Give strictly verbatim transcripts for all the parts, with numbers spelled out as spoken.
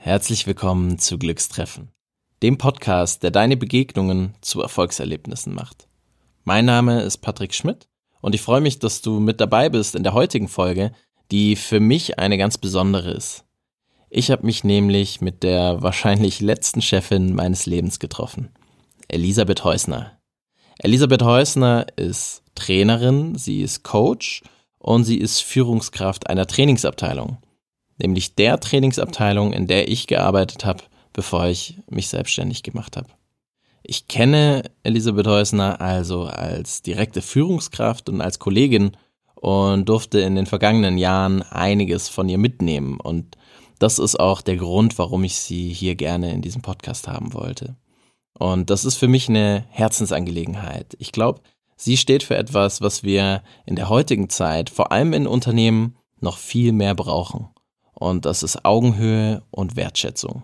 Herzlich willkommen zu Glückstreffen, dem Podcast, der deine Begegnungen zu Erfolgserlebnissen macht. Mein Name ist Patrick Schmidt und ich freue mich, dass du mit dabei bist in der heutigen Folge, die für mich eine ganz besondere ist. Ich habe mich nämlich mit der wahrscheinlich letzten Chefin meines Lebens getroffen, Elisabeth Heusner. Elisabeth Heusner ist Trainerin, sie ist Coach und sie ist Führungskraft einer Trainingsabteilung. Nämlich der Trainingsabteilung, in der ich gearbeitet habe, bevor ich mich selbstständig gemacht habe. Ich kenne Elisabeth Heusner also als direkte Führungskraft und als Kollegin und durfte in den vergangenen Jahren einiges von ihr mitnehmen. Und das ist auch der Grund, warum ich sie hier gerne in diesem Podcast haben wollte. Und das ist für mich eine Herzensangelegenheit. Ich glaube, sie steht für etwas, was wir in der heutigen Zeit, vor allem in Unternehmen, noch viel mehr brauchen. Und das ist Augenhöhe und Wertschätzung.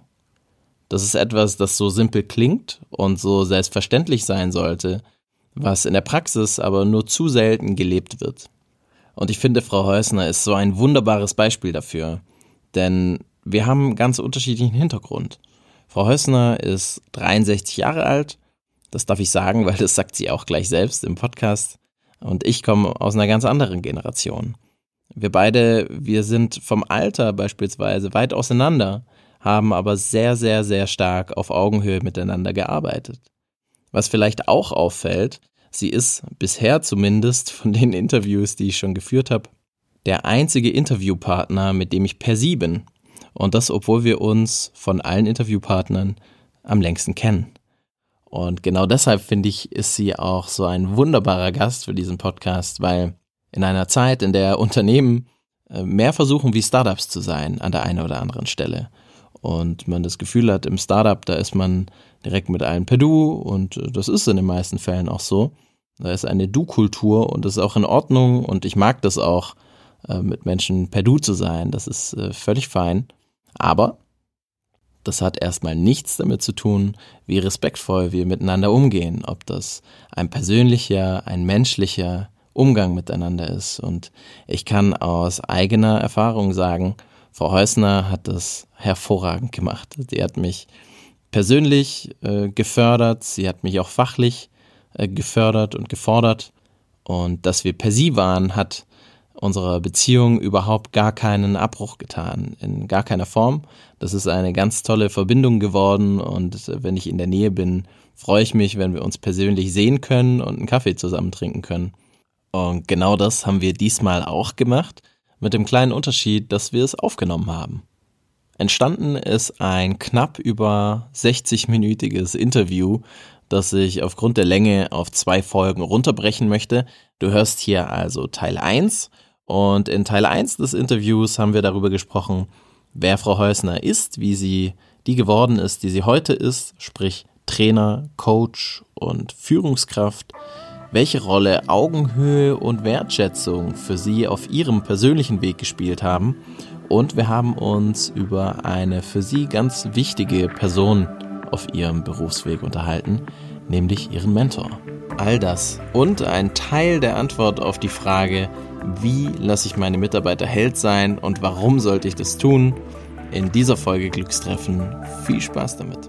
Das ist etwas, das so simpel klingt und so selbstverständlich sein sollte, was in der Praxis aber nur zu selten gelebt wird. Und ich finde, Frau Heusner ist so ein wunderbares Beispiel dafür, denn wir haben einen ganz unterschiedlichen Hintergrund. Frau Heusner ist dreiundsechzig Jahre alt, das darf ich sagen, weil das sagt sie auch gleich selbst im Podcast. Und ich komme aus einer ganz anderen Generation. Wir beide, wir sind vom Alter beispielsweise weit auseinander, haben aber sehr, sehr, sehr stark auf Augenhöhe miteinander gearbeitet. Was vielleicht auch auffällt, sie ist bisher zumindest von den Interviews, die ich schon geführt habe, der einzige Interviewpartner, mit dem ich per Sie bin. Und das, obwohl wir uns von allen Interviewpartnern am längsten kennen. Und genau deshalb finde ich, ist sie auch so ein wunderbarer Gast für diesen Podcast, weil in einer Zeit, in der Unternehmen mehr versuchen, wie Startups zu sein, an der einen oder anderen Stelle. Und man das Gefühl hat, im Startup, da ist man direkt mit allen per Du und das ist in den meisten Fällen auch so. Da ist eine Du-Kultur und das ist auch in Ordnung und ich mag das auch, mit Menschen per Du zu sein. Das ist völlig fein. Aber das hat erstmal nichts damit zu tun, wie respektvoll wir miteinander umgehen, ob das ein persönlicher, ein menschlicher Umgang miteinander ist. Und ich kann aus eigener Erfahrung sagen, Frau Heusner hat das hervorragend gemacht. Sie hat mich persönlich äh, gefördert, sie hat mich auch fachlich äh, gefördert und gefordert. Und dass wir per Sie waren, hat unserer Beziehung überhaupt gar keinen Abbruch getan, in gar keiner Form. Das ist eine ganz tolle Verbindung geworden und wenn ich in der Nähe bin, freue ich mich, wenn wir uns persönlich sehen können und einen Kaffee zusammen trinken können. Und genau das haben wir diesmal auch gemacht, mit dem kleinen Unterschied, dass wir es aufgenommen haben. Entstanden ist ein knapp über sechzig-minütiges Interview, das ich aufgrund der Länge auf zwei Folgen runterbrechen möchte. Du hörst hier also Teil eins und in Teil eins des Interviews haben wir darüber gesprochen, wer Frau Heusner ist, wie sie die geworden ist, die sie heute ist, sprich Trainer, Coach und Führungskraft, welche Rolle Augenhöhe und Wertschätzung für sie auf ihrem persönlichen Weg gespielt haben. Und wir haben uns über eine für sie ganz wichtige Person auf ihrem Berufsweg unterhalten, nämlich ihren Mentor. All das und ein Teil der Antwort auf die Frage, wie lasse ich meine Mitarbeiter Held sein und warum sollte ich das tun, in dieser Folge Glückstreffen. Viel Spaß damit.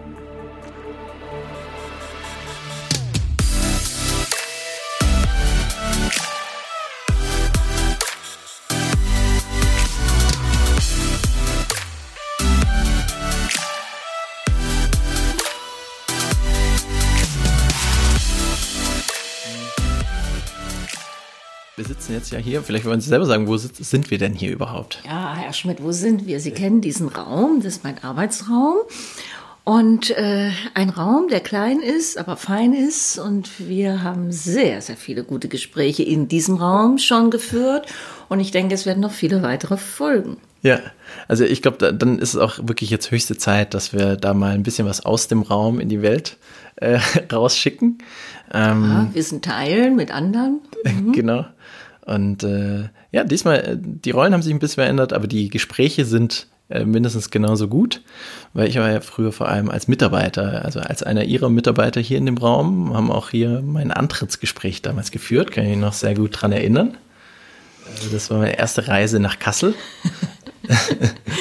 Wir sitzen jetzt ja hier, vielleicht wollen Sie selber sagen, wo sind wir denn hier überhaupt? Ja, Herr Schmidt, wo sind wir? Sie kennen diesen Raum, das ist mein Arbeitsraum und äh, ein Raum, der klein ist, aber fein ist und wir haben sehr, sehr viele gute Gespräche in diesem Raum schon geführt und ich denke, es werden noch viele weitere folgen. Ja, also ich glaube, da, dann ist es auch wirklich jetzt höchste Zeit, dass wir da mal ein bisschen was aus dem Raum in die Welt äh, rausschicken. Ähm, ja, Wissen teilen mit anderen. Mhm. Genau. Und äh, ja, diesmal, die Rollen haben sich ein bisschen verändert, aber die Gespräche sind äh, mindestens genauso gut, weil ich war ja früher vor allem als Mitarbeiter, also als einer ihrer Mitarbeiter hier in dem Raum, haben auch hier mein Antrittsgespräch damals geführt, kann ich mich noch sehr gut dran erinnern. Also das war meine erste Reise nach Kassel.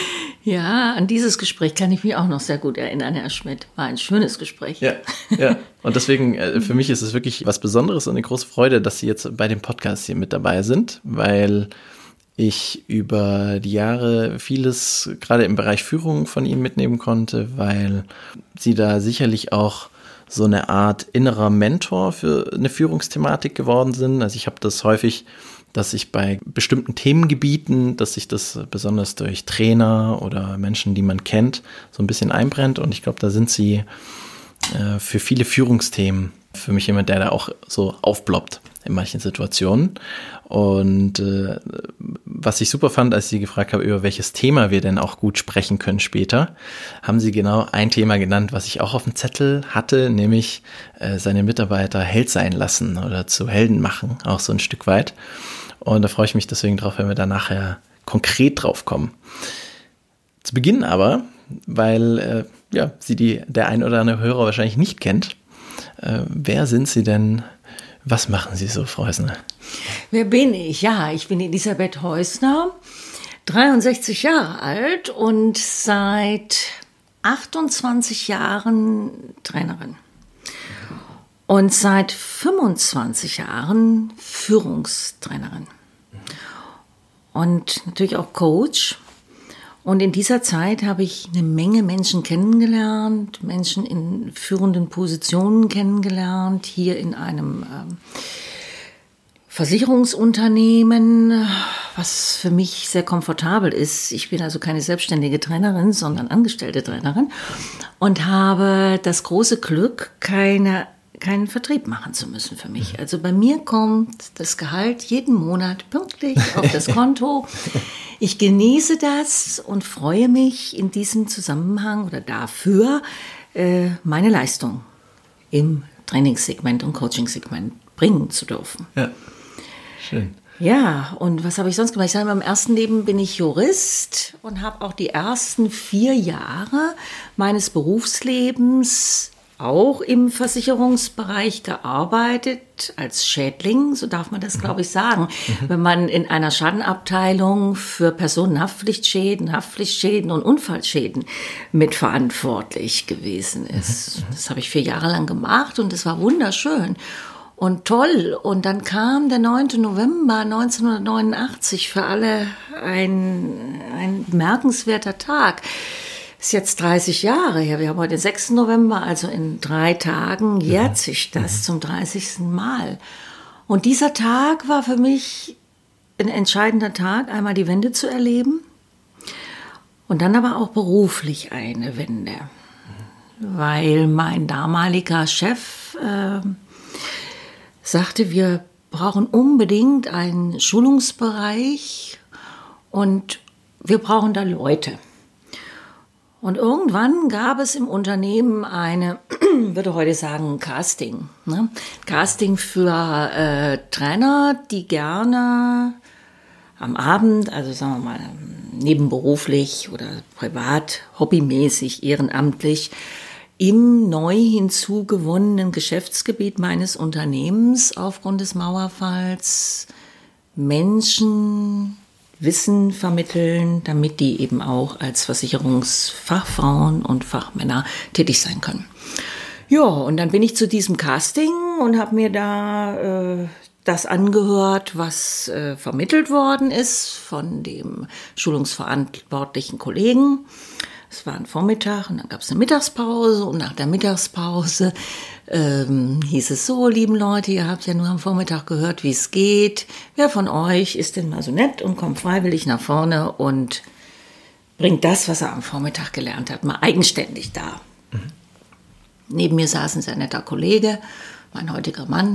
Ja, an dieses Gespräch kann ich mich auch noch sehr gut erinnern, Herr Schmidt. War ein schönes Gespräch. Ja, ja. Und deswegen, äh, für mich ist es wirklich was Besonderes und eine große Freude, dass Sie jetzt bei dem Podcast hier mit dabei sind, weil ich über die Jahre vieles gerade im Bereich Führung von Ihnen mitnehmen konnte, weil Sie da sicherlich auch so eine Art innerer Mentor für eine Führungsthematik geworden sind. Also ich habe das häufig, dass ich bei bestimmten Themengebieten, dass sich das besonders durch Trainer oder Menschen, die man kennt, so ein bisschen einbrennt. Und ich glaube, da sind Sie äh, für viele Führungsthemen für mich jemand, der da auch so aufploppt in manchen Situationen. Und äh, was ich super fand, als ich Sie gefragt habe, über welches Thema wir denn auch gut sprechen können später, haben Sie genau ein Thema genannt, was ich auch auf dem Zettel hatte, nämlich äh, seine Mitarbeiter Held sein lassen oder zu Helden machen, auch so ein Stück weit. Und da freue ich mich deswegen drauf, wenn wir da nachher konkret drauf kommen. Zu Beginn aber, weil äh, ja, Sie die, der ein oder andere Hörer wahrscheinlich nicht kennt, äh, wer sind Sie denn? Was machen Sie so, Frau Häusner? Wer bin ich? Ja, ich bin Elisabeth Häusner, dreiundsechzig Jahre alt und seit achtundzwanzig Jahren Trainerin. Und seit fünfundzwanzig Jahren Führungstrainerin. Und natürlich auch Coach. Und in dieser Zeit habe ich eine Menge Menschen kennengelernt, Menschen in führenden Positionen kennengelernt, hier in einem ähm, Versicherungsunternehmen, was für mich sehr komfortabel ist. Ich bin also keine selbstständige Trainerin, sondern angestellte Trainerin und habe das große Glück, keine keinen Vertrieb machen zu müssen für mich. Also bei mir kommt das Gehalt jeden Monat pünktlich auf das Konto. Ich genieße das und freue mich in diesem Zusammenhang oder dafür, äh, meine Leistung im Trainingssegment und Coachingsegment bringen zu dürfen. Ja, schön. Ja, und was habe ich sonst gemacht? Ich sage, im ersten Leben bin ich Jurist und habe auch die ersten vier Jahre meines Berufslebens auch im Versicherungsbereich gearbeitet, als Schädling, so darf man das, glaube ich, sagen. Mhm. Wenn man in einer Schadenabteilung für Personenhaftpflichtschäden, Haftpflichtschäden und Unfallschäden mitverantwortlich gewesen ist. Mhm. Das habe ich vier Jahre lang gemacht und es war wunderschön und toll. Und dann kam der neunte November neunzehnhundertneunundachtzig, für alle ein, ein bemerkenswerter Tag. Ist jetzt dreißig Jahre her. Wir haben heute den sechsten November, also in drei Tagen jährt sich das zum dreißigsten Mal. Und dieser Tag war für mich ein entscheidender Tag, einmal die Wende zu erleben und dann aber auch beruflich eine Wende. Weil mein damaliger Chef äh, sagte, wir brauchen unbedingt einen Schulungsbereich und wir brauchen da Leute. Und irgendwann gab es im Unternehmen eine, würde heute sagen, Casting. Ne? Casting für äh, Trainer, die gerne am Abend, also sagen wir mal nebenberuflich oder privat, hobbymäßig, ehrenamtlich, im neu hinzugewonnenen Geschäftsgebiet meines Unternehmens aufgrund des Mauerfalls Menschen Wissen vermitteln, damit die eben auch als Versicherungsfachfrauen und Fachmänner tätig sein können. Ja, und dann bin ich zu diesem Casting und habe mir da äh, das angehört, was äh, vermittelt worden ist von dem schulungsverantwortlichen Kollegen. Es war ein Vormittag und dann gab es eine Mittagspause und nach der Mittagspause ähm, hieß es so, lieben Leute, ihr habt ja nur am Vormittag gehört, wie es geht. Wer von euch ist denn mal so nett und kommt freiwillig nach vorne und bringt das, was er am Vormittag gelernt hat, mal eigenständig dar. Mhm. Neben mir saß ein sehr netter Kollege, mein heutiger Mann,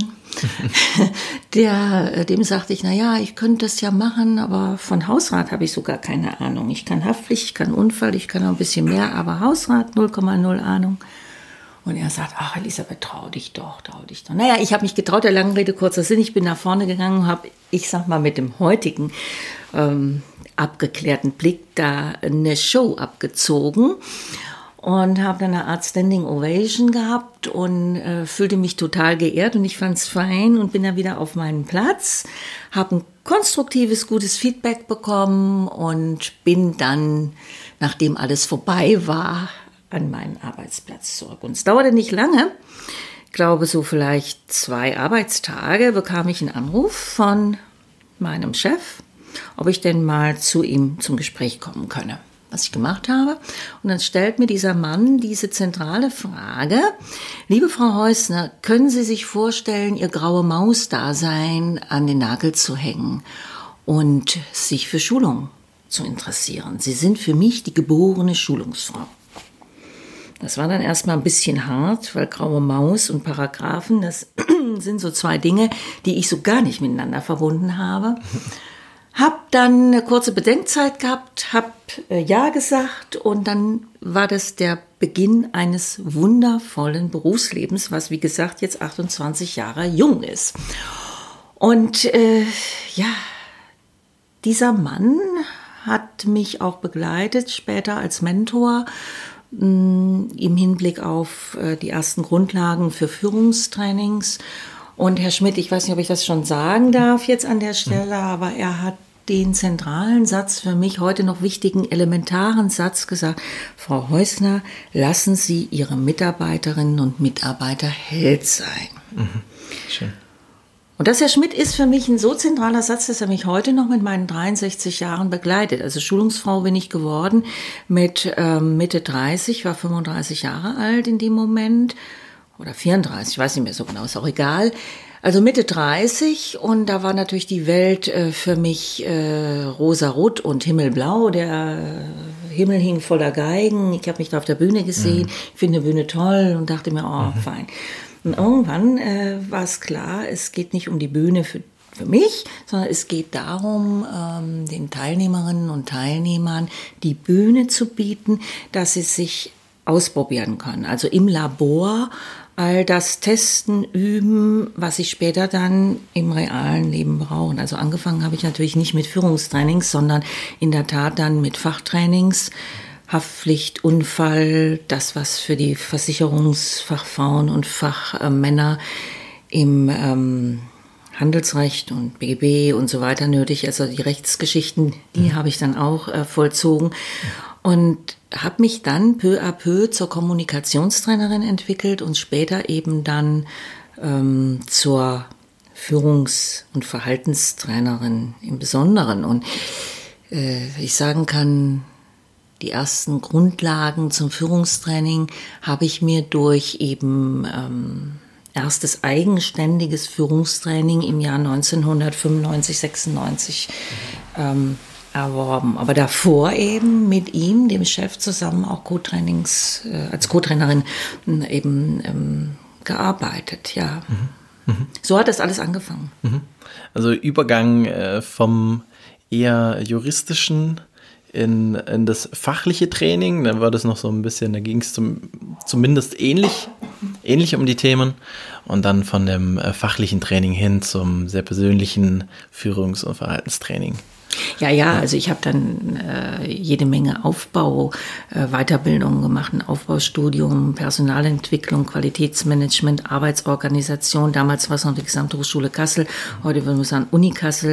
der, dem sagte ich, na ja, ich könnte das ja machen, aber von Hausrat habe ich sogar keine Ahnung. Ich kann Haftpflicht, ich kann Unfall, ich kann noch ein bisschen mehr, aber Hausrat null Komma null Ahnung. Und er sagt, ach Elisabeth, trau dich doch, trau dich doch. Naja, ich habe mich getraut, der langen Rede, kurzer Sinn, ich bin nach vorne gegangen, habe, ich sag mal, mit dem heutigen ähm, abgeklärten Blick da eine Show abgezogen. Und habe dann eine Art Standing Ovation gehabt und äh, fühlte mich total geehrt und ich fand es fein und bin dann wieder auf meinen Platz, habe einen konstruktives, gutes Feedback bekommen und bin dann, nachdem alles vorbei war, an meinen Arbeitsplatz zurück. Und es dauerte nicht lange. Ich glaube, so vielleicht zwei Arbeitstage bekam ich einen Anruf von meinem Chef, ob ich denn mal zu ihm zum Gespräch kommen könne, was ich gemacht habe. Und dann stellt mir dieser Mann diese zentrale Frage: Liebe Frau Heusner, können Sie sich vorstellen, Ihr graue Maus-Dasein an den Nagel zu hängen und sich für Schulung zu interessieren? Sie sind für mich die geborene Schulungsfrau. Das war dann erstmal ein bisschen hart, weil graue Maus und Paragraphen, das sind so zwei Dinge, die ich so gar nicht miteinander verbunden habe. Hab dann eine kurze Bedenkzeit gehabt, hab äh, Ja gesagt und dann war das der Beginn eines wundervollen Berufslebens, was wie gesagt jetzt achtundzwanzig Jahre jung ist. Und äh, ja, dieser Mann hat mich auch begleitet, später als Mentor, im Hinblick auf die ersten Grundlagen für Führungstrainings. Und Herr Schmidt, ich weiß nicht, ob ich das schon sagen darf jetzt an der Stelle, aber er hat den zentralen Satz, für mich heute noch wichtigen, elementaren Satz gesagt: Frau Heusner, lassen Sie Ihre Mitarbeiterinnen und Mitarbeiter Held sein. Mhm. Schön. Und das, Herr Schmidt, ist für mich ein so zentraler Satz, dass er mich heute noch mit meinen dreiundsechzig Jahren begleitet. Also Schulungsfrau bin ich geworden mit ähm, Mitte dreißig, war fünfunddreißig Jahre alt in dem Moment. Oder vierunddreißig, ich weiß nicht mehr so genau, ist auch egal. Also Mitte dreißig, und da war natürlich die Welt äh, für mich äh, rosarot und himmelblau. Der Himmel hing voller Geigen. Ich habe mich da auf der Bühne gesehen, mhm. ich finde die Bühne toll und dachte mir, oh, mhm. fein. Und irgendwann äh, war es klar, es geht nicht um die Bühne für, für mich, sondern es geht darum, ähm, den Teilnehmerinnen und Teilnehmern die Bühne zu bieten, dass sie sich ausprobieren können. Also im Labor all das testen, üben, was sie später dann im realen Leben brauchen. Also angefangen habe ich natürlich nicht mit Führungstrainings, sondern in der Tat dann mit Fachtrainings, Haftpflicht, Unfall, das, was für die Versicherungsfachfrauen und Fachmänner im ähm, Handelsrecht und B G B und so weiter nötig, also die Rechtsgeschichten, die mhm. habe ich dann auch äh, vollzogen und habe mich dann peu à peu zur Kommunikationstrainerin entwickelt und später eben dann ähm, zur Führungs- und Verhaltenstrainerin im Besonderen. Und äh, ich sagen kann, die ersten Grundlagen zum Führungstraining habe ich mir durch eben ähm, erstes eigenständiges Führungstraining im Jahr neunzehnhundertfünfundneunzig, sechsundneunzig ähm, erworben. Aber davor eben mit ihm, dem Chef, zusammen auch Co-Trainings, äh, als Co-Trainerin eben ähm, gearbeitet, ja. Mhm. Mhm. So hat das alles angefangen. Mhm. Also Übergang äh, vom eher juristischen In, in das fachliche Training, dann war das noch so ein bisschen, da ging es zum, zumindest ähnlich, ähnlich um die Themen, und dann von dem äh, fachlichen Training hin zum sehr persönlichen Führungs- und Verhaltenstraining. Ja, ja, also ich habe dann äh, jede Menge Aufbau, äh, Weiterbildungen gemacht, ein Aufbaustudium, Personalentwicklung, Qualitätsmanagement, Arbeitsorganisation. Damals war es noch die Gesamthochschule Kassel, heute würden wir sagen Uni Kassel.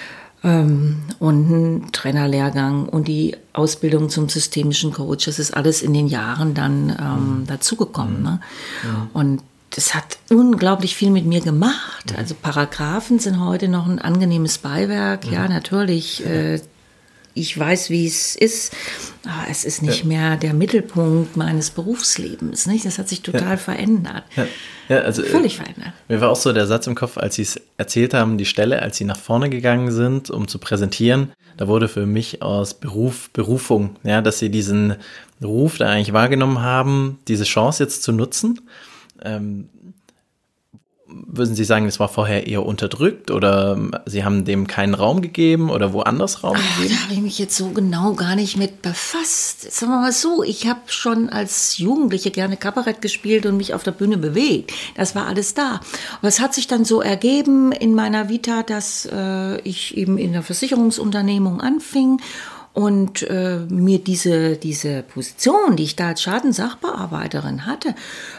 Ähm, und ein Trainerlehrgang und die Ausbildung zum systemischen Coach. Das ist alles in den Jahren dann ähm, mhm. dazugekommen. Ne? Mhm. Und das hat unglaublich viel mit mir gemacht. Mhm. Also Paragraphen sind heute noch ein angenehmes Beiwerk. Mhm. Ja, natürlich. Äh, ich weiß, wie es ist. Aber es ist nicht ja. mehr der Mittelpunkt meines Berufslebens. Nicht? Das hat sich total ja. verändert. Ja. Ja, also, Völlig verändert. Mir war auch so der Satz im Kopf, als Sie es erzählt haben, die Stelle, als Sie nach vorne gegangen sind, um zu präsentieren, da wurde für mich aus Beruf, Berufung, ja, dass Sie diesen Ruf da eigentlich wahrgenommen haben, diese Chance jetzt zu nutzen. Ähm, würden Sie sagen, das war vorher eher unterdrückt oder Sie haben dem keinen Raum gegeben oder woanders Raum Ach, gegeben? Da habe ich mich jetzt so genau gar nicht mit befasst. Sagen wir mal so, ich habe schon als Jugendliche gerne Kabarett gespielt und mich auf der Bühne bewegt. Das war alles da. Aber es hat sich dann so ergeben in meiner Vita, dass äh, ich eben in der Versicherungsunternehmung anfing und äh, mir diese, diese Position, die ich da als Schadensachbearbeiterin hatte,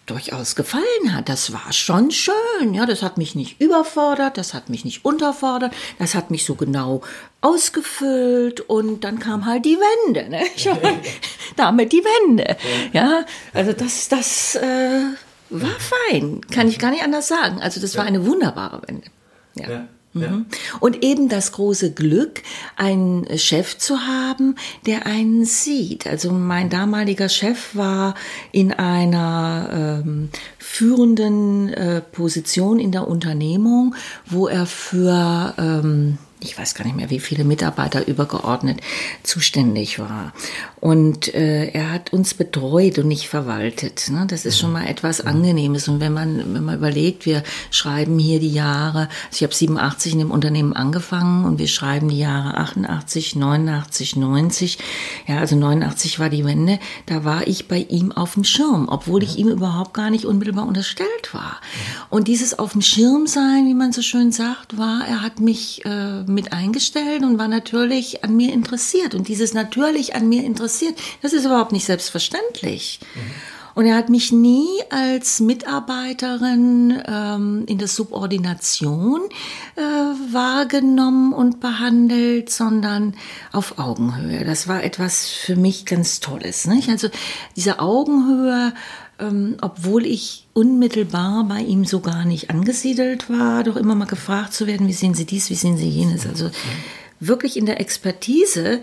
durchaus gefallen hat. Das war schon schön. Ja, das hat mich nicht überfordert, das hat mich nicht unterfordert, das hat mich so genau ausgefüllt und dann kam halt die Wende. Ne? Ich meine, damit die Wende. Ja, also das, das äh, war fein. Kann ich gar nicht anders sagen. Also das war eine wunderbare Wende. Ja. Ja. Ja. Und eben das große Glück, einen Chef zu haben, der einen sieht. Also mein damaliger Chef war in einer ähm, führenden äh, Position in der Unternehmung, wo er für ähm, ich weiß gar nicht mehr, wie viele Mitarbeiter übergeordnet zuständig war. Und äh, er hat uns betreut und nicht verwaltet. Ne? Das ist schon mal etwas Angenehmes. Und wenn man, wenn man überlegt, wir schreiben hier die Jahre, also ich habe siebenundachtzig in dem Unternehmen angefangen und wir schreiben die Jahre achtundachtzig, neunundachtzig, neunzig. Ja, also neunundachtzig war die Wende. Da war ich bei ihm auf dem Schirm, obwohl ich ihm überhaupt gar nicht unmittelbar unterstellt war. Und dieses auf dem Schirm sein, wie man so schön sagt, war, er hat mich äh, mit eingestellt und war natürlich an mir interessiert. Und dieses natürlich an mir interessiert, das ist überhaupt nicht selbstverständlich. Mhm. Und er hat mich nie als Mitarbeiterin ähm, in der Subordination äh, wahrgenommen und behandelt, sondern auf Augenhöhe. Das war etwas für mich ganz Tolles. Nicht? Also diese Augenhöhe, ähm, obwohl ich unmittelbar bei ihm so gar nicht angesiedelt war, doch immer mal gefragt zu werden, wie sehen Sie dies, wie sehen Sie jenes. Also wirklich in der Expertise,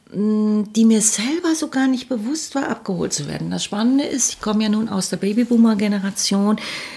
die mir selber so gar nicht bewusst war, abgeholt zu werden. Das Spannende ist, ich komme ja nun aus der Babyboomer-Generation,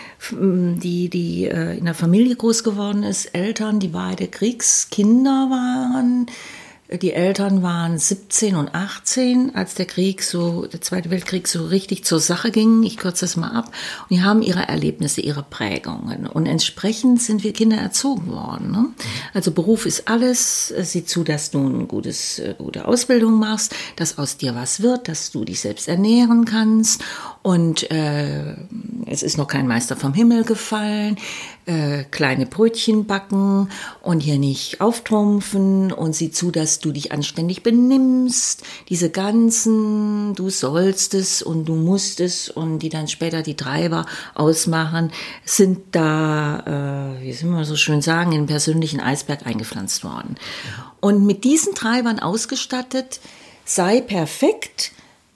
die, die in der Familie groß geworden ist, Eltern, die beide Kriegskinder waren. Die Eltern waren siebzehn und achtzehn, als der Krieg so, der Zweite Weltkrieg so richtig zur Sache ging. Ich kürze das mal ab. Und die haben ihre Erlebnisse, ihre Prägungen. Und entsprechend sind wir Kinder erzogen worden. Ne? Also Beruf ist alles. Sieh zu, dass du eine gutes, gute Ausbildung machst, dass aus dir was wird, dass du dich selbst ernähren kannst. Und äh, es ist noch kein Meister vom Himmel gefallen. Äh, kleine Brötchen backen und hier nicht auftrumpfen und sieh zu, dass du dich anständig benimmst. Diese ganzen, du sollst es und du musst es und die dann später die Treiber ausmachen, sind da, äh, wie soll man so schön sagen, in den persönlichen Eisberg eingepflanzt worden. Und mit diesen Treibern ausgestattet, sei perfekt,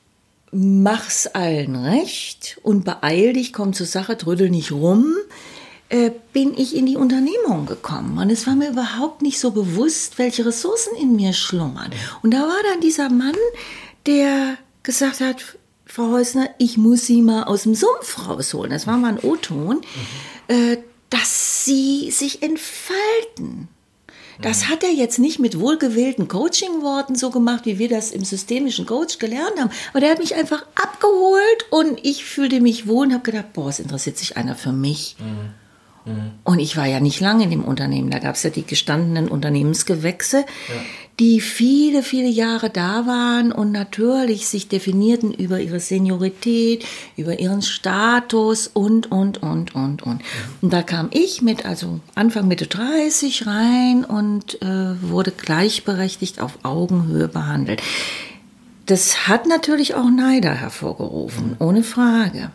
mach's allen recht und beeil dich, komm zur Sache, trödel nicht rum, äh, bin ich in die Unternehmung gekommen. Und es war mir überhaupt nicht so bewusst, welche Ressourcen in mir schlummern. Und da war dann dieser Mann, der gesagt hat, Frau Häusner, ich muss Sie mal aus dem Sumpf rausholen. Das war mal ein O-Ton, mhm. äh, dass Sie sich entfalten. Das hat er jetzt nicht mit wohlgewählten Coaching-Worten so gemacht, wie wir das im systemischen Coach gelernt haben. Aber der hat mich einfach abgeholt und ich fühlte mich wohl und habe gedacht, boah, es interessiert sich einer für mich. Mhm. Mhm. Und ich war ja nicht lange in dem Unternehmen. Da gab es ja die gestandenen Unternehmensgewächse, ja. die viele, viele Jahre da waren und natürlich sich definierten über ihre Seniorität, über ihren Status und, und, und, und, und. Mhm. Und da kam ich mit, also Anfang Mitte dreißig rein und äh, wurde gleichberechtigt auf Augenhöhe behandelt. Das hat natürlich auch Neider hervorgerufen, mhm. ohne Frage.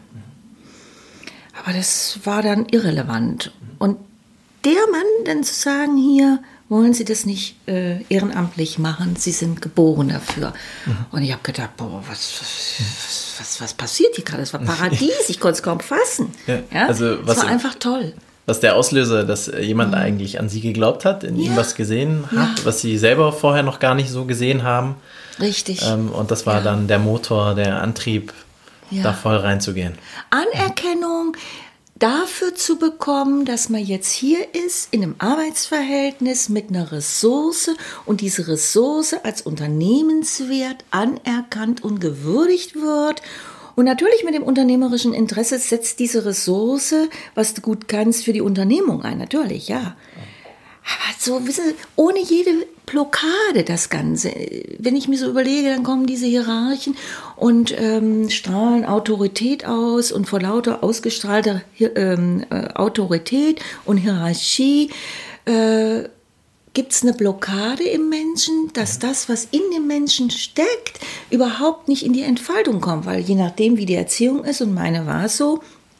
Aber das war dann irrelevant. Und der Mann dann zu sagen, hier wollen Sie das nicht äh, ehrenamtlich machen, Sie sind geboren dafür. Mhm. Und ich habe gedacht, boah, was, was, was, was passiert hier gerade? Das war Paradies, ich konnte es kaum fassen. Ja, ja? Also, was das war einfach toll. Was der Auslöser, dass jemand mhm. eigentlich an Sie geglaubt hat, in ja. ihm was gesehen hat, ja. was Sie selber vorher noch gar nicht so gesehen haben. Richtig. Ähm, und das war ja. dann der Motor, der Antrieb, ja. da voll reinzugehen. Anerkennung dafür zu bekommen, dass man jetzt hier ist, in einem Arbeitsverhältnis mit einer Ressource und diese Ressource als unternehmenswert anerkannt und gewürdigt wird. Und natürlich mit dem unternehmerischen Interesse setzt diese Ressource, was du gut kannst, für die Unternehmung ein. Natürlich, ja. Aber so, wissen Sie, ohne jede Blockade das Ganze. Wenn ich mir so überlege, dann kommen diese Hierarchen und ähm, strahlen Autorität aus und vor lauter ausgestrahlter ähm, äh, Autorität und Hierarchie äh, gibt es eine Blockade im Menschen, dass das, was in dem Menschen steckt, überhaupt nicht in die Entfaltung kommt. Weil je nachdem, wie die Erziehung ist, und meine war es so,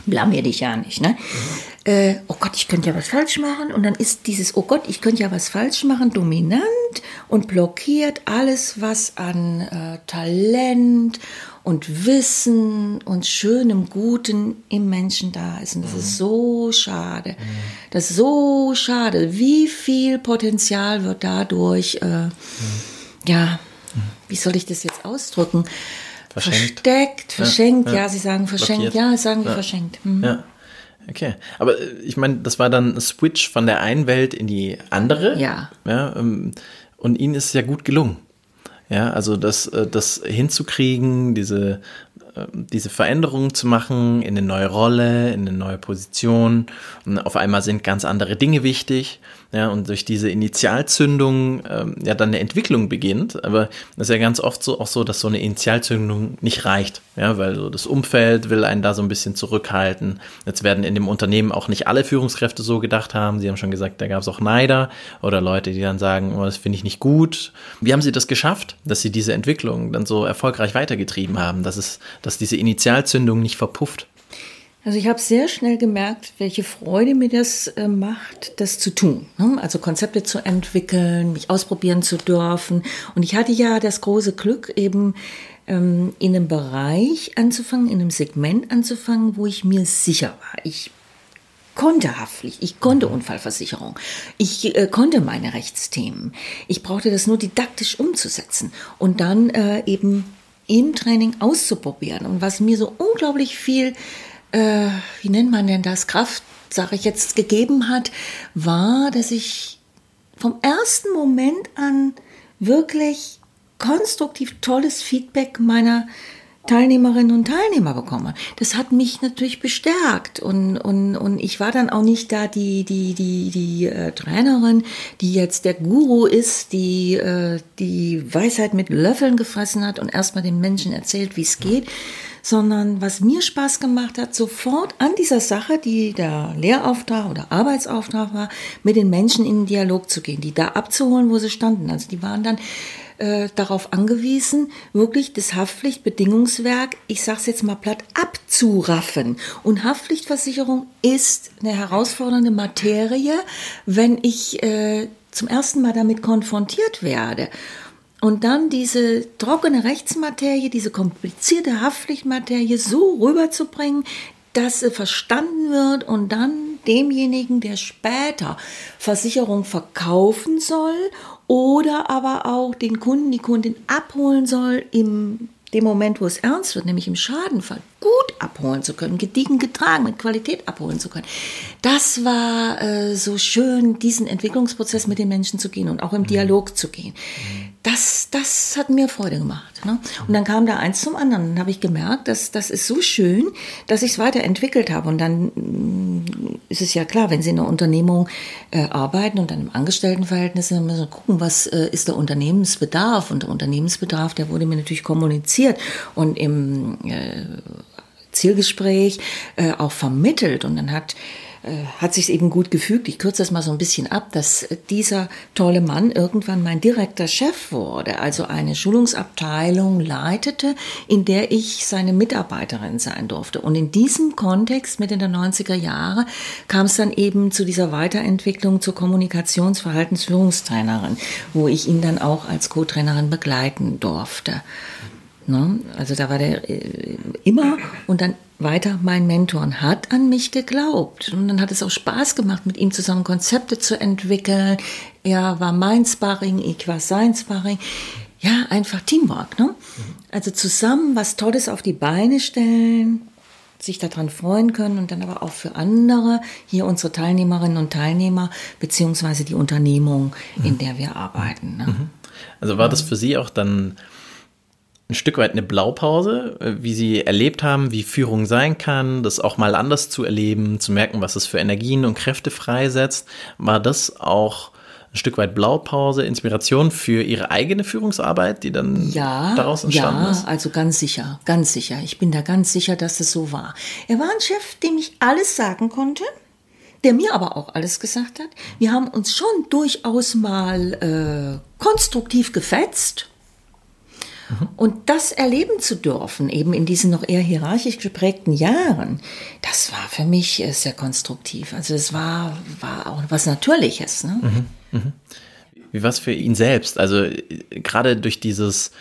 blamier dich ja nicht, ne? Mhm. Äh, oh Gott, ich könnte ja was falsch machen. Und dann ist dieses, oh Gott, ich könnte ja was falsch machen, dominant und blockiert alles, was an äh, Talent und Wissen und schönem Guten im Menschen da ist. Und das mhm. ist so schade. Mhm. Das ist so schade. Wie viel Potenzial wird dadurch, äh, mhm. ja, mhm. wie soll ich das jetzt ausdrücken? Verschenkt. Versteckt, verschenkt, ja, ja, ja, Sie sagen verschenkt, blockiert. Ja, sagen wir ja. verschenkt. Mhm. Ja, okay. Aber ich meine, das war dann ein Switch von der einen Welt in die andere. Ja. ja und Ihnen ist es ja gut gelungen. Ja, also das, das hinzukriegen, diese, diese Veränderungen zu machen in eine neue Rolle, in eine neue Position. Und auf einmal sind ganz andere Dinge wichtig. Ja, und durch diese Initialzündung ähm, ja dann eine Entwicklung beginnt. Aber das ist ja ganz oft so auch so, dass so eine Initialzündung nicht reicht. Ja, weil so das Umfeld will einen da so ein bisschen zurückhalten. Jetzt werden in dem Unternehmen auch nicht alle Führungskräfte so gedacht haben. Sie haben schon gesagt, da gab es auch Neider oder Leute, die dann sagen, oh, das finde ich nicht gut. Wie haben Sie das geschafft, dass Sie diese Entwicklung dann so erfolgreich weitergetrieben haben, dass es, dass diese Initialzündung nicht verpufft? Also ich habe sehr schnell gemerkt, welche Freude mir das äh, macht, das zu tun. Ne? Also Konzepte zu entwickeln, mich ausprobieren zu dürfen. Und ich hatte ja das große Glück, eben ähm, in einem Bereich anzufangen, in einem Segment anzufangen, wo ich mir sicher war. Ich konnte Haftpflicht, ich konnte Unfallversicherung, ich äh, konnte meine Rechtsthemen. Ich brauchte das nur didaktisch umzusetzen und dann äh, eben im Training auszuprobieren. Und was mir so unglaublich viel Äh, wie nennt man denn das, Kraft, sage ich jetzt, gegeben hat, war, dass ich vom ersten Moment an wirklich konstruktiv tolles Feedback meiner Teilnehmerinnen und Teilnehmer bekomme. Das hat mich natürlich bestärkt und, und, und ich war dann auch nicht da die, die, die, die äh, Trainerin, die jetzt der Guru ist, die äh, die Weisheit mit Löffeln gefressen hat und erstmal den Menschen erzählt, wie es geht, sondern was mir Spaß gemacht hat, sofort an dieser Sache, die der Lehrauftrag oder Arbeitsauftrag war, mit den Menschen in den Dialog zu gehen, die da abzuholen, wo sie standen. Also die waren dann äh, darauf angewiesen, wirklich das Haftpflichtbedingungswerk, ich sage es jetzt mal platt, abzuraffen. Und Haftpflichtversicherung ist eine herausfordernde Materie, wenn ich äh, zum ersten Mal damit konfrontiert werde. Und dann diese trockene Rechtsmaterie, diese komplizierte Haftpflichtmaterie so rüberzubringen, dass sie verstanden wird und dann demjenigen, der später Versicherung verkaufen soll oder aber auch den Kunden, die Kundin abholen soll im dem Moment, wo es ernst wird, nämlich im Schadenfall, gut abholen zu können, gediegen getragen, mit Qualität abholen zu können. Das war äh, so schön, diesen Entwicklungsprozess mit den Menschen zu gehen und auch im Dialog zu gehen. Das, das hat mir Freude gemacht. Ne? Und dann kam da eins zum anderen. Dann habe ich gemerkt, dass das ist so schön, dass ich es weiterentwickelt habe. Und dann mh, ist es ja klar, wenn Sie in einer Unternehmung äh, arbeiten und dann im Angestelltenverhältnis, dann müssen wir gucken, was äh, ist der Unternehmensbedarf. Und der Unternehmensbedarf, der wurde mir natürlich kommuniziert und im äh, Zielgespräch äh, auch vermittelt. Und dann hat hat sich eben gut gefügt. Ich kürze das mal so ein bisschen ab, dass dieser tolle Mann irgendwann mein direkter Chef wurde, also eine Schulungsabteilung leitete, in der ich seine Mitarbeiterin sein durfte. Und in diesem Kontext, Mitte der neunziger Jahre, kam es dann eben zu dieser Weiterentwicklung zur Kommunikationsverhaltensführungstrainerin, wo ich ihn dann auch als Co-Trainerin begleiten durfte. Ne? Also da war der äh, immer und dann weiter mein Mentor und hat an mich geglaubt. Und dann hat es auch Spaß gemacht, mit ihm zusammen Konzepte zu entwickeln. Er war mein Sparring, ich war sein Sparring. Ja, einfach Teamwork. Ne? Also zusammen was Tolles auf die Beine stellen, sich daran freuen können und dann aber auch für andere, hier unsere Teilnehmerinnen und Teilnehmer, beziehungsweise die Unternehmung, in der wir arbeiten. Ne? Also war das für Sie auch dann ein Stück weit eine Blaupause, wie Sie erlebt haben, wie Führung sein kann, das auch mal anders zu erleben, zu merken, was es für Energien und Kräfte freisetzt. War das auch ein Stück weit Blaupause, Inspiration für Ihre eigene Führungsarbeit, die dann ja, daraus entstanden ja, ist? Ja, also ganz sicher, ganz sicher. Ich bin da ganz sicher, dass es so war. Er war ein Chef, dem ich alles sagen konnte, der mir aber auch alles gesagt hat. Wir haben uns schon durchaus mal äh, konstruktiv gefetzt. Mhm. Und das erleben zu dürfen, eben in diesen noch eher hierarchisch geprägten Jahren, das war für mich sehr konstruktiv. Also es war, war auch was Natürliches. Ne? Mhm. Mhm. Wie war es für ihn selbst? Also gerade durch dieses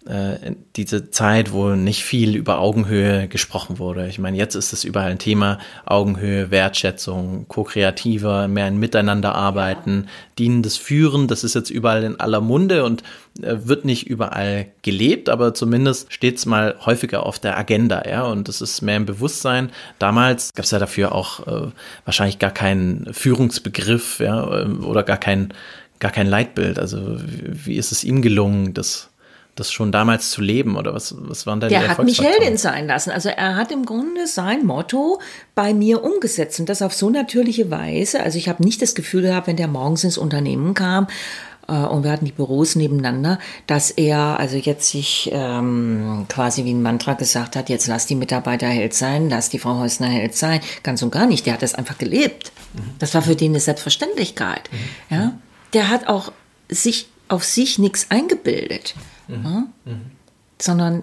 diese Zeit, wo nicht viel über Augenhöhe gesprochen wurde. Ich meine, jetzt ist es überall ein Thema, Augenhöhe, Wertschätzung, ko-kreativer, mehr ein Miteinanderarbeiten, dienendes Führen, das ist jetzt überall in aller Munde und äh, wird nicht überall gelebt, aber zumindest steht es mal häufiger auf der Agenda, ja, und es ist mehr im Bewusstsein. Damals gab es ja dafür auch äh, wahrscheinlich gar keinen Führungsbegriff, ja, oder gar kein, gar kein Leitbild. Also wie, wie ist es ihm gelungen, das das schon damals zu leben, oder was, was waren da die Erfolgsfaktoren? Der hat mich Heldin sein lassen. Also er hat im Grunde sein Motto bei mir umgesetzt und das auf so natürliche Weise. Also ich habe nicht das Gefühl gehabt, wenn der morgens ins Unternehmen kam äh, und wir hatten die Büros nebeneinander, dass er also jetzt sich ähm, quasi wie ein Mantra gesagt hat, jetzt lass die Mitarbeiter Held sein, lass die Frau Häusner Held sein. Ganz und gar nicht. Der hat das einfach gelebt. Mhm. Das war für den eine Selbstverständlichkeit. Mhm. Ja? Der hat auch sich auf sich nichts eingebildet. Mhm. Ja? Mhm. Sondern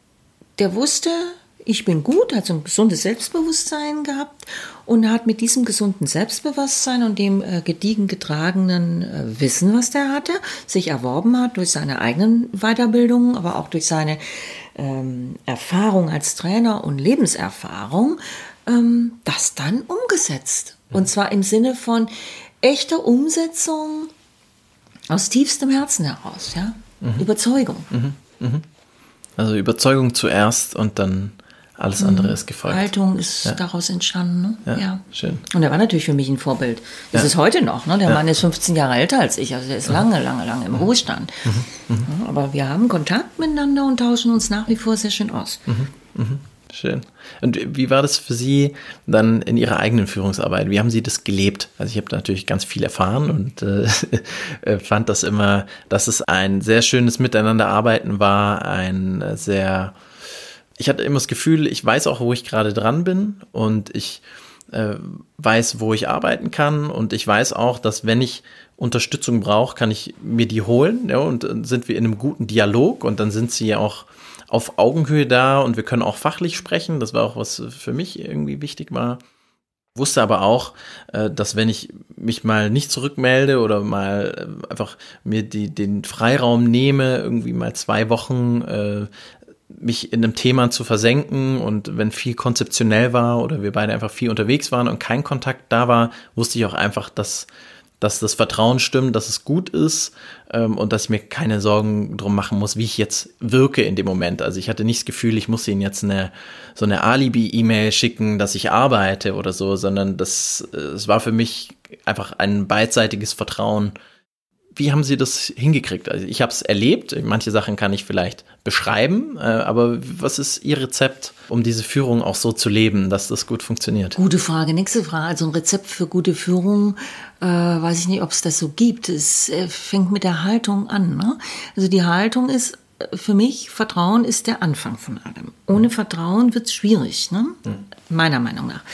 der wusste, ich bin gut, hat so ein gesundes Selbstbewusstsein gehabt und hat mit diesem gesunden Selbstbewusstsein und dem äh, gediegen getragenen äh, Wissen, was der hatte, sich erworben hat durch seine eigenen Weiterbildungen, aber auch durch seine ähm, Erfahrung als Trainer und Lebenserfahrung, ähm, das dann umgesetzt. Mhm. Und zwar im Sinne von echter Umsetzung aus tiefstem Herzen heraus, ja. Mhm. Überzeugung. Mhm. Mhm. Also Überzeugung zuerst und dann alles andere mhm. ist gefolgt. Haltung ist ja. daraus entstanden. Ne? Ja, ja, schön. Und er war natürlich für mich ein Vorbild. Das ja. ist heute noch. Ne? Der ja. Mann ist fünfzehn Jahre älter als ich. Also der ist mhm. lange, lange, lange im mhm. Ruhestand. Mhm. Mhm. Ja, aber wir haben Kontakt miteinander und tauschen uns nach wie vor sehr schön aus. Mhm. Mhm. Schön. Und wie war das für Sie dann in Ihrer eigenen Führungsarbeit? Wie haben Sie das gelebt? Also ich habe natürlich ganz viel erfahren und äh, fand das immer, dass es ein sehr schönes Miteinanderarbeiten war, ein sehr, ich hatte immer das Gefühl, ich weiß auch, wo ich gerade dran bin und ich äh, weiß, wo ich arbeiten kann und ich weiß auch, dass wenn ich Unterstützung brauche, kann ich mir die holen, ja, und dann sind wir in einem guten Dialog und dann sind sie ja auch auf Augenhöhe da und wir können auch fachlich sprechen. Das war auch, was für mich irgendwie wichtig war. Wusste aber auch, dass wenn ich mich mal nicht zurückmelde oder mal einfach mir die, den Freiraum nehme, irgendwie mal zwei Wochen äh, mich in einem Thema zu versenken und wenn viel konzeptionell war oder wir beide einfach viel unterwegs waren und kein Kontakt da war, wusste ich auch einfach, dass dass das Vertrauen stimmt, dass es gut ist ähm, und dass ich mir keine Sorgen drum machen muss, wie ich jetzt wirke in dem Moment. Also ich hatte nicht das Gefühl, ich muss ihnen jetzt eine so eine Alibi-E-Mail schicken, dass ich arbeite oder so, sondern das äh, es war für mich einfach ein beidseitiges Vertrauen. Wie haben Sie das hingekriegt? Also ich habe es erlebt, manche Sachen kann ich vielleicht beschreiben, äh, aber was ist Ihr Rezept, um diese Führung auch so zu leben, dass das gut funktioniert? Gute Frage, nächste Frage. Also ein Rezept für gute Führung, äh, weiß ich nicht, ob es das so gibt. Es äh, fängt mit der Haltung an. Ne? Also die Haltung ist äh, für mich, Vertrauen ist der Anfang von allem. Ohne Vertrauen wird es schwierig, ne? Hm. Meiner Meinung nach.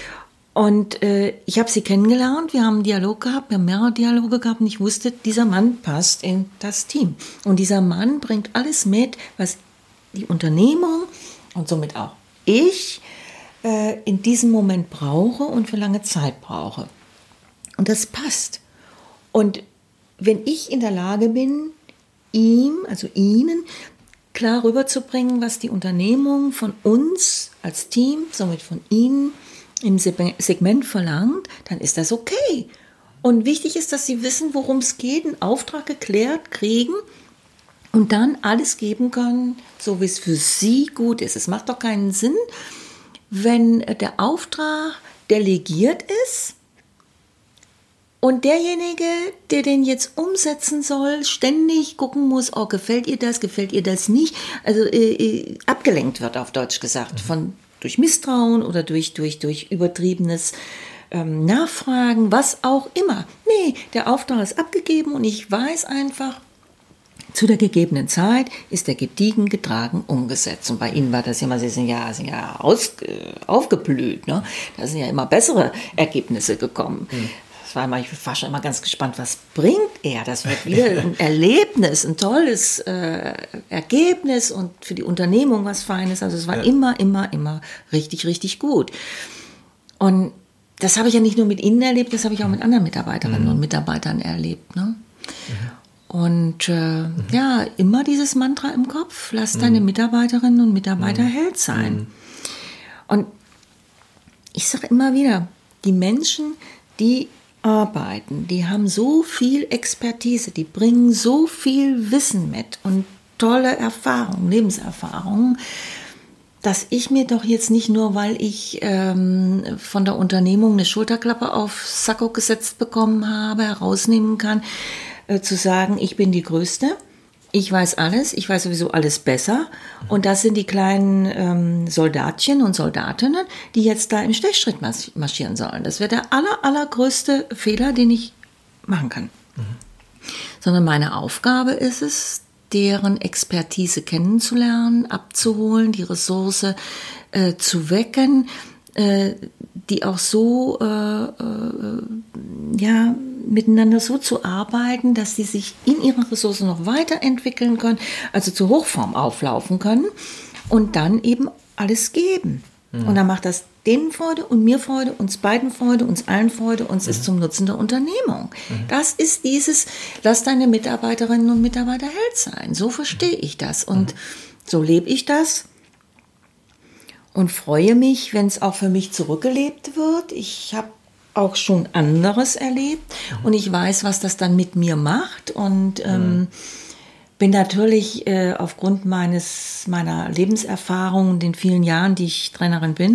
Und äh, ich habe sie kennengelernt, wir haben einen Dialog gehabt, wir haben mehrere Dialoge gehabt und ich wusste, dieser Mann passt in das Team. Und dieser Mann bringt alles mit, was die Unternehmung und somit auch ich äh, in diesem Moment brauche und für lange Zeit brauche. Und das passt. Und wenn ich in der Lage bin, ihm, also Ihnen, klar rüberzubringen, was die Unternehmung von uns als Team, somit von Ihnen, im Segment verlangt, dann ist das okay. Und wichtig ist, dass Sie wissen, worum es geht, einen Auftrag geklärt kriegen und dann alles geben können, so wie es für Sie gut ist. Es macht doch keinen Sinn, wenn der Auftrag delegiert ist und derjenige, der den jetzt umsetzen soll, ständig gucken muss, oh, gefällt ihr das, gefällt ihr das nicht, also äh, abgelenkt wird, auf Deutsch gesagt, von durch Misstrauen oder durch, durch, durch übertriebenes ähm, Nachfragen, was auch immer. Nee, der Auftrag ist abgegeben und ich weiß einfach, zu der gegebenen Zeit ist der gediegen, getragen, umgesetzt. Und bei Ihnen war das immer, Sie sind ja, sind ja aus, äh, aufgeblüht, ne? Da sind ja immer bessere Ergebnisse gekommen. Mhm. das war immer, ich war schon immer ganz gespannt, was bringt er? Das wird wieder ein Erlebnis, ein tolles äh, Ergebnis und für die Unternehmung was Feines. Also es war ja. immer, immer, immer richtig, richtig gut. Und das habe ich ja nicht nur mit Ihnen erlebt, das habe ich auch mit anderen Mitarbeiterinnen mhm. und Mitarbeitern erlebt. Ne? Mhm. Und äh, mhm. ja, immer dieses Mantra im Kopf, lass mhm. deine Mitarbeiterinnen und Mitarbeiter mhm. Held sein. Mhm. Und ich sage immer wieder, die Menschen, die arbeiten, die haben so viel Expertise, die bringen so viel Wissen mit und tolle Erfahrungen, Lebenserfahrungen, dass ich mir doch jetzt nicht nur, weil ich ähm, von der Unternehmung eine Schulterklappe auf Sakko gesetzt bekommen habe, herausnehmen kann, äh, zu sagen, ich bin die Größte, ich weiß alles, ich weiß sowieso alles besser und das sind die kleinen ähm, Soldatchen und Soldatinnen, die jetzt da im Stechschritt marschieren sollen. Das wäre der aller, allergrößte Fehler, den ich machen kann. Mhm. Sondern meine Aufgabe ist es, deren Expertise kennenzulernen, abzuholen, die Ressource äh, zu wecken, äh, die auch so äh, äh, ja, miteinander so zu arbeiten, dass sie sich in ihren Ressourcen noch weiterentwickeln können, also zur Hochform auflaufen können und dann eben alles geben. Mhm. Und dann macht das denen Freude und mir Freude, uns beiden Freude, uns allen Freude, uns mhm. ist zum Nutzen der Unternehmung. Mhm. Das ist dieses, lass deine Mitarbeiterinnen und Mitarbeiter Held sein. So verstehe ich das und mhm. so lebe ich das. Und freue mich, wenn es auch für mich zurückgelebt wird. Ich habe auch schon anderes erlebt mhm. und ich weiß, was das dann mit mir macht und ähm, mhm. bin natürlich äh, aufgrund meines meiner Lebenserfahrung, den vielen Jahren, die ich Trainerin bin,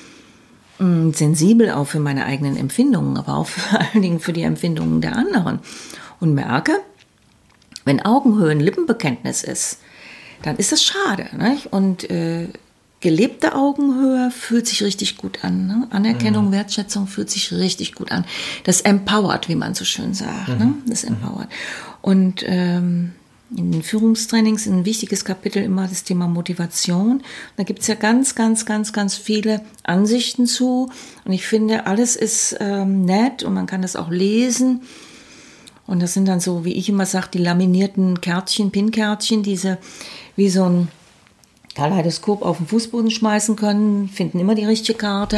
mh, sensibel auch für meine eigenen Empfindungen, aber auch vor allen Dingen für die Empfindungen der anderen und merke, wenn Augenhöhe ein Lippenbekenntnis ist, dann ist das schade, nicht? Und äh, gelebte Augenhöhe fühlt sich richtig gut an. Ne? Anerkennung, mhm. Wertschätzung fühlt sich richtig gut an. Das empowert, wie man so schön sagt. Mhm. Ne? Das empowert. Und ähm, in den Führungstrainings ein wichtiges Kapitel immer das Thema Motivation. Da gibt es ja ganz, ganz, ganz, ganz viele Ansichten zu. Und ich finde, alles ist ähm, nett und man kann das auch lesen. Und das sind dann so, wie ich immer sage, die laminierten Kärtchen, Pinkärtchen, diese wie so ein Kaleidoskop auf den Fußboden schmeißen können, finden immer die richtige Karte.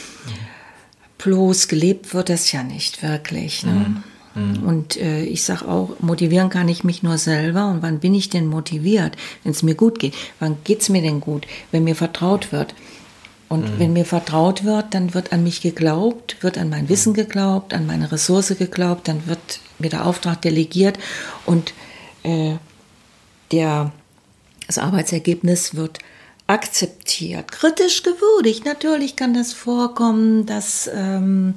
Bloß gelebt wird das ja nicht wirklich. Ne? Mhm. Und äh, ich sage auch, motivieren kann ich mich nur selber. Und wann bin ich denn motiviert, wenn es mir gut geht? Wann geht es mir denn gut, wenn mir vertraut wird? Und mhm. wenn mir vertraut wird, dann wird an mich geglaubt, wird an mein Wissen geglaubt, an meine Ressource geglaubt, dann wird mir der Auftrag delegiert und äh, der Das Arbeitsergebnis wird akzeptiert, kritisch gewürdigt. Natürlich kann das vorkommen, dass ähm,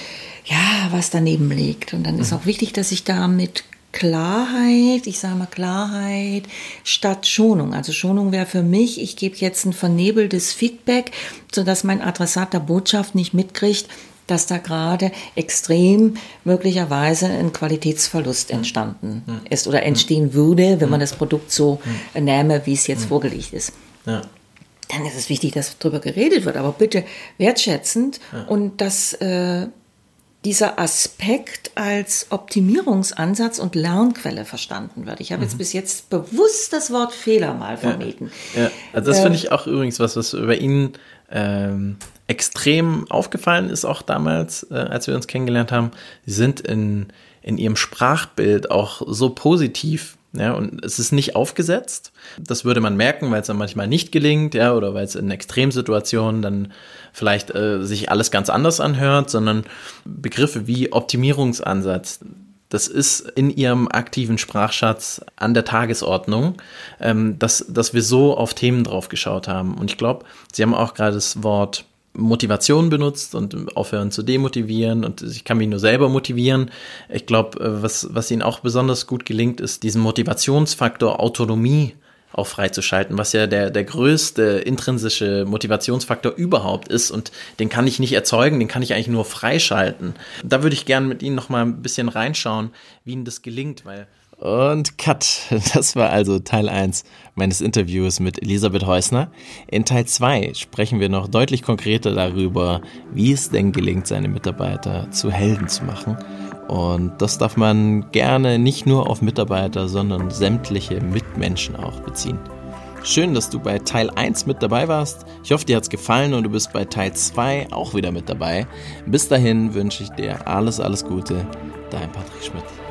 ja was daneben liegt. Und dann ist auch wichtig, dass ich da mit Klarheit, ich sage mal Klarheit statt Schonung. Also Schonung wäre für mich, ich gebe jetzt ein vernebeltes Feedback, sodass mein Adressat der Botschaft nicht mitkriegt, dass da gerade extrem möglicherweise ein Qualitätsverlust entstanden ja. ist oder entstehen würde, wenn man das Produkt so ja. nähme, wie es jetzt ja. vorgelegt ist. Ja. Dann ist es wichtig, dass darüber geredet wird, aber bitte wertschätzend ja. und dass äh, dieser Aspekt als Optimierungsansatz und Lernquelle verstanden wird. Ich habe mhm. jetzt bis jetzt bewusst das Wort Fehler mal vermieden. Ja. Ja. Also das äh, finde ich auch übrigens was, was über ihn ähm, extrem aufgefallen ist, auch damals, äh, als wir uns kennengelernt haben. Sie sind in, in ihrem Sprachbild auch so positiv, ja, und es ist nicht aufgesetzt. Das würde man merken, weil es dann manchmal nicht gelingt, ja, oder weil es in Extremsituationen dann vielleicht äh, sich alles ganz anders anhört, sondern Begriffe wie Optimierungsansatz, das ist in ihrem aktiven Sprachschatz an der Tagesordnung, ähm, dass, dass wir so auf Themen drauf geschaut haben. Und ich glaube, Sie haben auch gerade das Wort Motivation benutzt und aufhören zu demotivieren und ich kann mich nur selber motivieren. Ich glaube, was, was Ihnen auch besonders gut gelingt, ist diesen Motivationsfaktor Autonomie auch freizuschalten, was ja der, der größte intrinsische Motivationsfaktor überhaupt ist und den kann ich nicht erzeugen, den kann ich eigentlich nur freischalten. Da würde ich gerne mit Ihnen noch mal ein bisschen reinschauen, wie Ihnen das gelingt, weil Und Cut. Das war also Teil eins meines Interviews mit Elisabeth Heusner. In Teil zwei sprechen wir noch deutlich konkreter darüber, wie es denn gelingt, seine Mitarbeiter zu Helden zu machen. Und das darf man gerne nicht nur auf Mitarbeiter, sondern sämtliche Mitmenschen auch beziehen. Schön, dass du bei Teil eins mit dabei warst. Ich hoffe, dir hat's gefallen und du bist bei Teil zwei auch wieder mit dabei. Bis dahin wünsche ich dir alles, alles Gute. Dein Patrick Schmidt.